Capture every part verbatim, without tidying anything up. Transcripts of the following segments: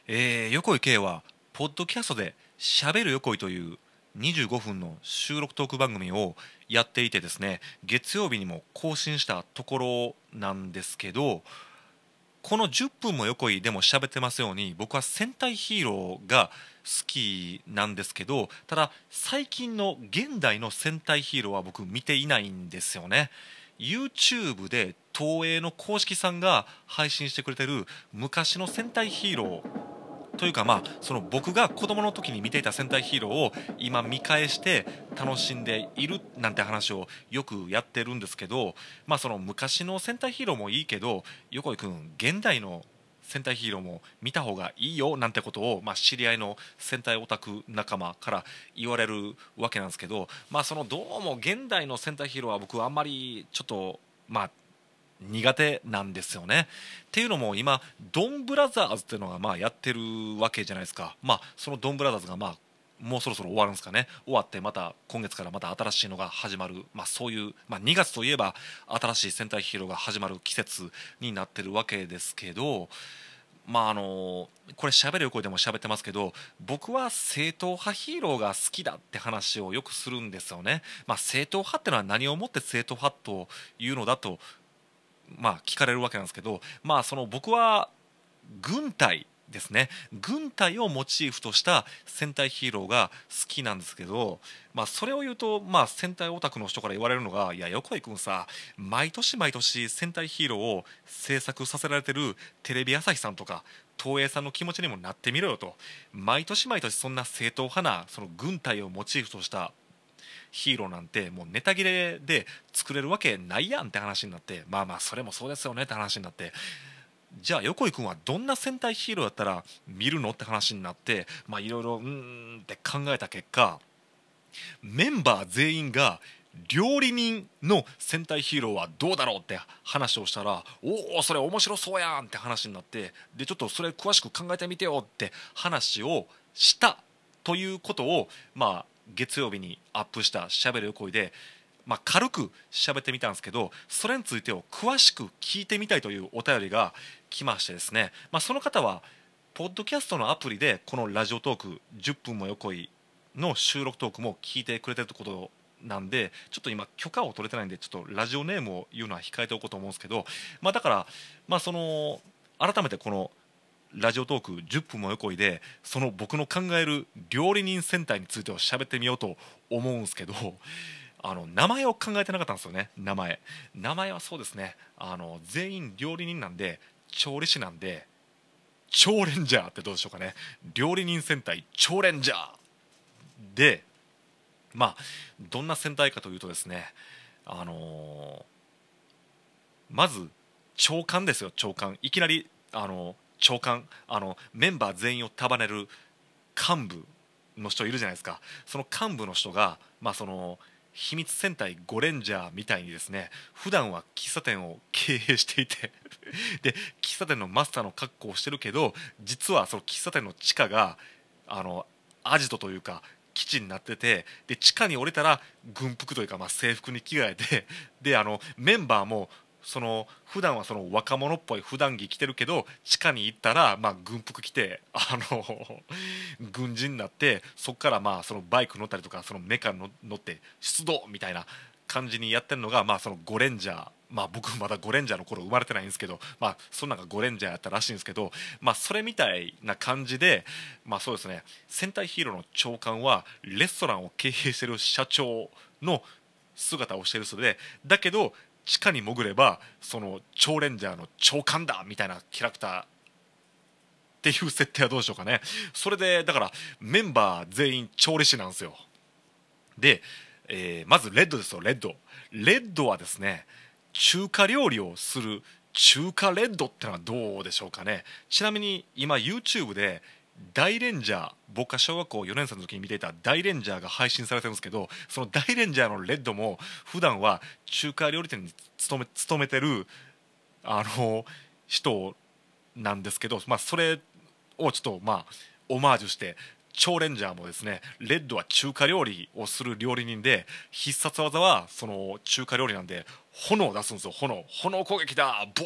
えー、横井圭はポッドキャストで「しゃべる横井」というにじゅうごふんの収録トーク番組をやっていてですね、月曜日にも更新したところなんですけど、このじゅっぷんも横井でも喋ってますように、僕は戦隊ヒーローが好きなんですけど、ただ最近の現代の戦隊ヒーローは僕見ていないんですよね。 YouTube で東映の公式さんが配信してくれてる昔の戦隊ヒーローというか、まあその僕が子供の時に見ていた戦隊ヒーローを今見返して楽しんでいるなんて話をよくやってるんですけど、まあその昔の戦隊ヒーローもいいけど、横井君現代の戦隊ヒーローも見た方がいいよなんてことを、まあ、知り合いの戦隊オタク仲間から言われるわけなんですけど、まあそのどうも現代の戦隊ヒーローは僕はあんまりちょっとまあ苦手なんですよね。っていうのも今ドンブラザーズっていうのがまあやってるわけじゃないですか。まあそのドンブラザーズがまあもうそろそろ終わるんですかね。終わってまた今月からまた新しいのが始まる、まあ、そういう、まあ、にがつといえば新しい戦隊ヒーローが始まる季節になってるわけですけど、まああのこれ喋る声でも喋ってますけど、僕は正統派ヒーローが好きだって話をよくするんですよね。まあ、正統派ってのは何をもって正統派というのだとまあ、聞かれるわけなんですけど、まあ、その僕は軍隊ですね、軍隊をモチーフとした戦隊ヒーローが好きなんですけど、まあ、それを言うと、まあ、戦隊オタクの人から言われるのが、いや横井君さ、毎年毎年戦隊ヒーローを制作させられてるテレビ朝日さんとか東映さんの気持ちにもなってみろよと、毎年毎年そんな正統派なその軍隊をモチーフとしたヒーローなんてもうネタ切れで作れるわけないやんって話になって、まあまあそれもそうですよねって話になって、じゃあ横井君はどんな戦隊ヒーローだったら見るのって話になって、まあいろいろうーんって考えた結果、メンバー全員が料理人の戦隊ヒーローはどうだろうって話をしたら、おおそれ面白そうやんって話になって、でちょっとそれ詳しく考えてみてよって話をしたということを、まあ月曜日にアップしたしゃべる横井で、まあ、軽く喋ってみたんですけど、それについてを詳しく聞いてみたいというお便りが来ましてですね、まあ、その方はポッドキャストのアプリでこのラジオトークじゅっぷんも横井の収録トークも聞いてくれてるってことなんで、ちょっと今許可を取れてないんでちょっとラジオネームを言うのは控えておこうと思うんですけど、まあ、だから、まあ、その改めてこのラジオトークじゅっぷんも横井でその僕の考える料理人戦隊についてを喋ってみようと思うんですけど、あの名前を考えてなかったんですよね。名前名前はそうですね、あの全員料理人なんで調理師なんで超レンジャーってどうでしょうかね。料理人戦隊超レンジャーで、まあどんな戦隊かというとですね、あのーまず長官ですよ。長官いきなりあの長官あのメンバー全員を束ねる幹部の人いるじゃないですか。その幹部の人が、まあ、その秘密戦隊ゴレンジャーみたいにですね、普段は喫茶店を経営していてで喫茶店のマスターの格好をしてるけど、実はその喫茶店の地下があのアジトというか基地になってて、で地下に降りたら軍服というか、まあ、制服に着替えて、であのメンバーもその普段はその若者っぽい普段着着てるけど、地下に行ったらまあ軍服着てあの軍人になって、そこからまあそのバイク乗ったりとかそのメカに乗って出動みたいな感じにやってるのが、まあそのゴレンジャー、まあ僕まだゴレンジャーの頃生まれてないんですけど、まあそんなんがゴレンジャーやったらしいんですけど、まあそれみたいな感じで、まあそうですね、戦隊ヒーローの長官はレストランを経営してる社長の姿をしてる人で、だけど地下に潜ればその超レンジャーの長官だみたいなキャラクターっていう設定はどうでしょうかね。それでだからメンバー全員調理師なんですよ。で、えーまずレッドですよ。レッドレッドはですね、中華料理をする中華レッドってのはどうでしょうかね。ちなみに今 YouTube で大レンジャー、僕が小学校よねん生の時に見ていた大レンジャーが配信されてるんですけど、その大レンジャーのレッドも普段は中華料理店に勤め勤めてるあの人なんですけど、まあ、それをちょっとまあオマージュして超レンジャーもですね、レッドは中華料理をする料理人で、必殺技はその中華料理なんで炎を出すんですよ。炎炎攻撃だボ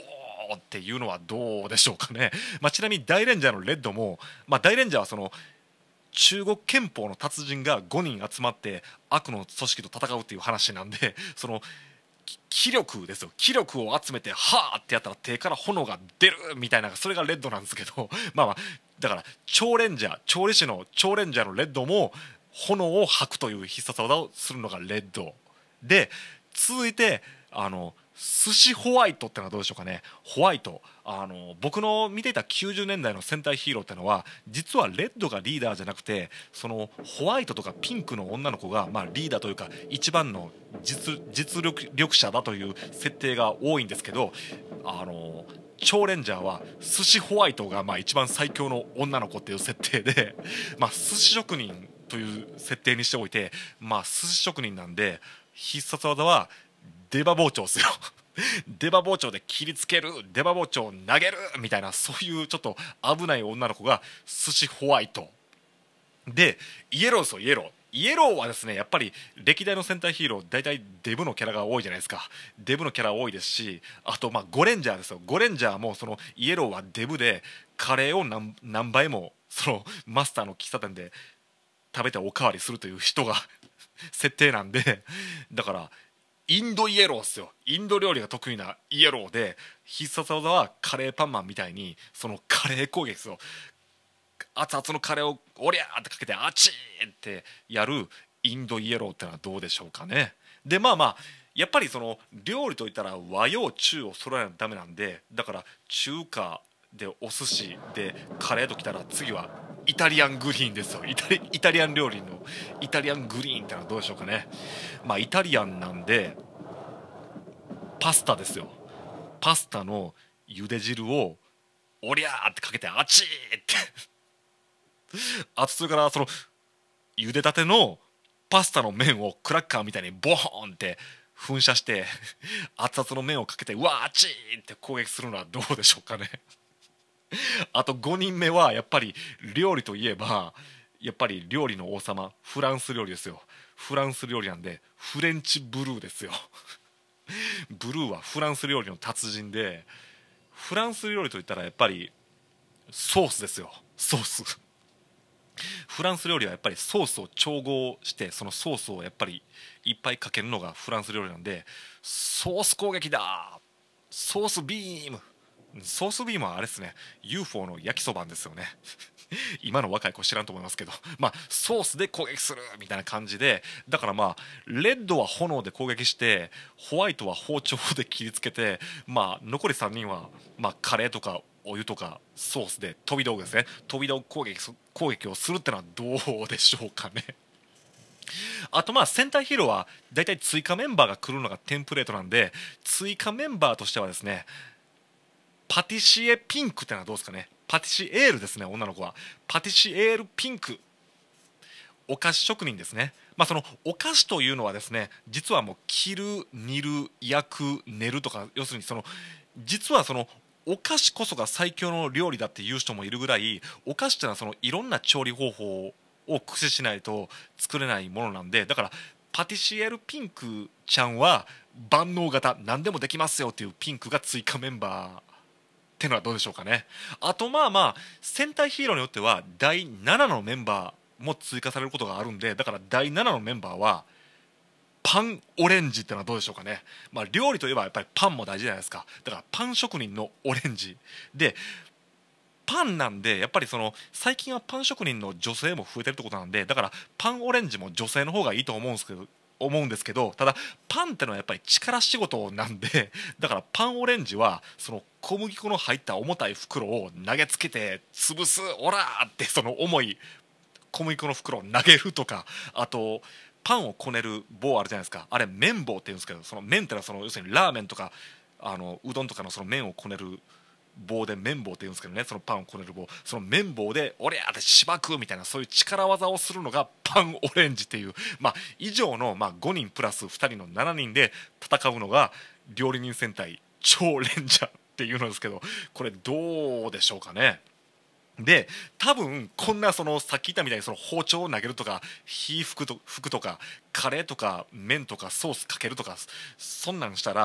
っていうのはどうでしょうかね。まあ、ちなみに大レンジャーのレッドも、まあ、大レンジャーはその中国憲法の達人がごにん集まって悪の組織と戦うっていう話なんで、その気力ですよ、気力を集めてはーってやったら手から炎が出るみたいな、それがレッドなんですけどまあまあだから超レンジャー、調理師の超レンジャーのレッドも炎を吐くという必殺技をするのがレッドで、続いてあの寿司ホワイトってのはどうでしょうかね。ホワイト、あの僕の見ていたきゅうじゅうねんだいの戦隊ヒーローってのは実はレッドがリーダーじゃなくて、そのホワイトとかピンクの女の子が、まあ、リーダーというか一番の実、実力力者だという設定が多いんですけど、あの超レンジャーは寿司ホワイトがまあ一番最強の女の子っていう設定で、まあ、寿司職人という設定にしておいて、まあ、寿司職人なんで必殺技は出刃包丁ですよ出刃包丁で切りつける、出刃包丁を投げるみたいな、そういうちょっと危ない女の子が寿司ホワイトで、イエローですよ。イエローイエローはですね、やっぱり歴代の戦隊ヒーロー大体デブのキャラが多いじゃないですか。デブのキャラ多いですし、あとまあゴレンジャーですよ。ゴレンジャーもそのイエローはデブでカレーを何何倍もそのマスターの喫茶店で食べておかわりするという人が設定なんで、だからインドイエローっすよ。インド料理が得意なイエローで、必殺技はカレーパンマンみたいにそのカレー攻撃ですよ。熱々のカレーをおりゃーってかけてあちーってやるインドイエローってのはどうでしょうかね。でまあまあやっぱりその料理といったら和洋中を揃えないとダメなんで、だから中華でお寿司でカレーときたら次はイタリアングリーンですよ。イタリイタリアン料理のイタリアングリーンってのはどうでしょうかね。まあイタリアンなんでパスタですよ。パスタの茹で汁をおりゃーってかけてあちーってあとそれからその茹でたてのパスタの麺をクラッカーみたいにボーンって噴射して熱々の麺をかけてうわーちーって攻撃するのはどうでしょうかね。あとごにんめはやっぱり料理といえばやっぱり料理の王様、フランス料理ですよ。フランス料理なんでフレンチブルーですよ。ブルーはフランス料理の達人で、フランス料理といったらやっぱりソースですよ。ソースフランス料理はやっぱりソースを調合して、そのソースをやっぱりいっぱいかけるのがフランス料理なんで、ソース攻撃だ、ソースビーム、ソースビームはあれですね、 ユーフォー の焼きそばですよね。今の若い子知らんと思いますけど、まあソースで攻撃するみたいな感じで、だからまあレッドは炎で攻撃して、ホワイトは包丁で切りつけて、まあ残りさんにんはまあカレーとかお湯とかソースで飛び道具ですね、飛び道具攻撃攻撃をするってのはどうでしょうかね。あとまあ戦隊ヒーローはだいたい追加メンバーが来るのがテンプレートなんで、追加メンバーとしてはですね、パティシエピンクってのはどうですかね。パティシエールですね、女の子は。パティシエールピンク、お菓子職人ですね。まあそのお菓子というのはですね、実はもう切る、煮る、焼く、練るとか、要するにその実はそのお菓子こそが最強の料理だっていう人もいるぐらい、お菓子っていうのはそのいろんな調理方法を駆使しないと作れないものなんで、だからパティシエールピンクちゃんは万能型、何でもできますよっていうピンクが追加メンバーってのはどうでしょうかね。あとまあまあ戦隊ヒーローによってはだいななのメンバーも追加されることがあるんで、だからだいななのメンバーはパンオレンジってのはどうでしょうかね。まあ料理といえばやっぱりパンも大事じゃないですか。だからパン職人のオレンジで、パンなんでやっぱりその最近はパン職人の女性も増えてるってことなんで、だからパンオレンジも女性の方がいいと思うんですけど思うんですけど、ただパンってのはやっぱり力仕事なんで、だからパンオレンジはその小麦粉の入った重たい袋を投げつけて潰す、オラーってその重い小麦粉の袋を投げるとか、あとパンをこねる棒あるじゃないですか、あれ麺棒って言うんですけど、その麺ってのはその要するにラーメンとかあのうどんとかのその麺をこねる棒で麺棒って言うんですけどね、そのパンをこねる棒、その麺棒で「おりゃ!」ってしばくみたいな、そういう力技をするのがパンオレンジっていう、まあ、以上の、まあ、ごにんプラスふたりのしちにんで戦うのが料理人戦隊超レンジャーっていうのですけど、これどうでしょうかね。で多分こんなそのさっき言ったみたいにその包丁を投げるとか火吹くと吹くとかカレーとか麺とかソースかけるとかそんなんしたら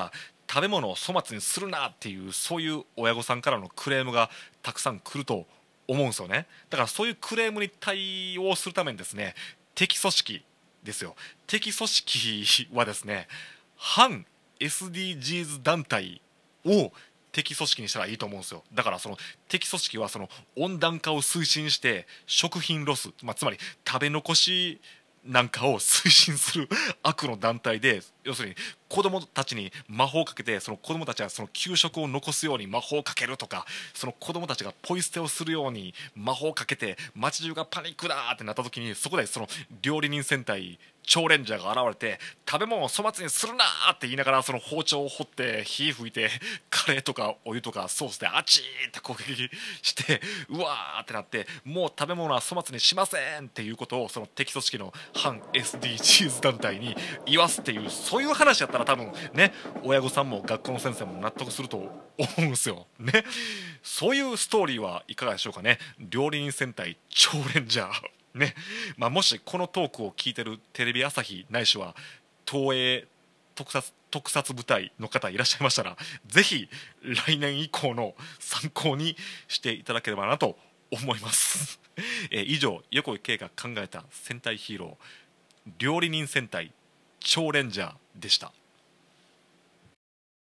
食べ物を粗末にするなっていう、そういう親御さんからのクレームがたくさん来ると思うんですよね。だからそういうクレームに対応するためにですね、敵組織ですよ、敵組織はですね、反 エスディージーズ 団体を敵組織にしたらいいと思うんですよ。だからその敵組織はその温暖化を推進して食品ロス、まあ、つまり食べ残しなんかを推進する悪の団体で、要するに子供たちに魔法をかけて、その子供たちはその給食を残すように魔法をかけるとか、その子供たちがポイ捨てをするように魔法をかけて街中がパニックだってなった時に、そこでその料理人戦隊超レンジャーが現れて、食べ物を粗末にするなーって言いながら、その包丁を掘って火吹いてカレーとかお湯とかソースであちーって攻撃して、うわーってなって、もう食べ物は粗末にしませんっていうことをその敵組織の反 エスディージーズ 団体に言わすっていう、そういう話やったら多分ね、親御さんも学校の先生も納得すると思うんですよね。そういうストーリーはいかがでしょうかね。料理人戦隊超レンジャーね、まあ、もしこのトークを聞いてるテレビ朝日ないしは東映特撮特撮部隊の方いらっしゃいましたら、ぜひ来年以降の参考にしていただければなと思いますえー以上、横井圭が考えた戦隊ヒーロー料理人戦隊超レンジャーでした。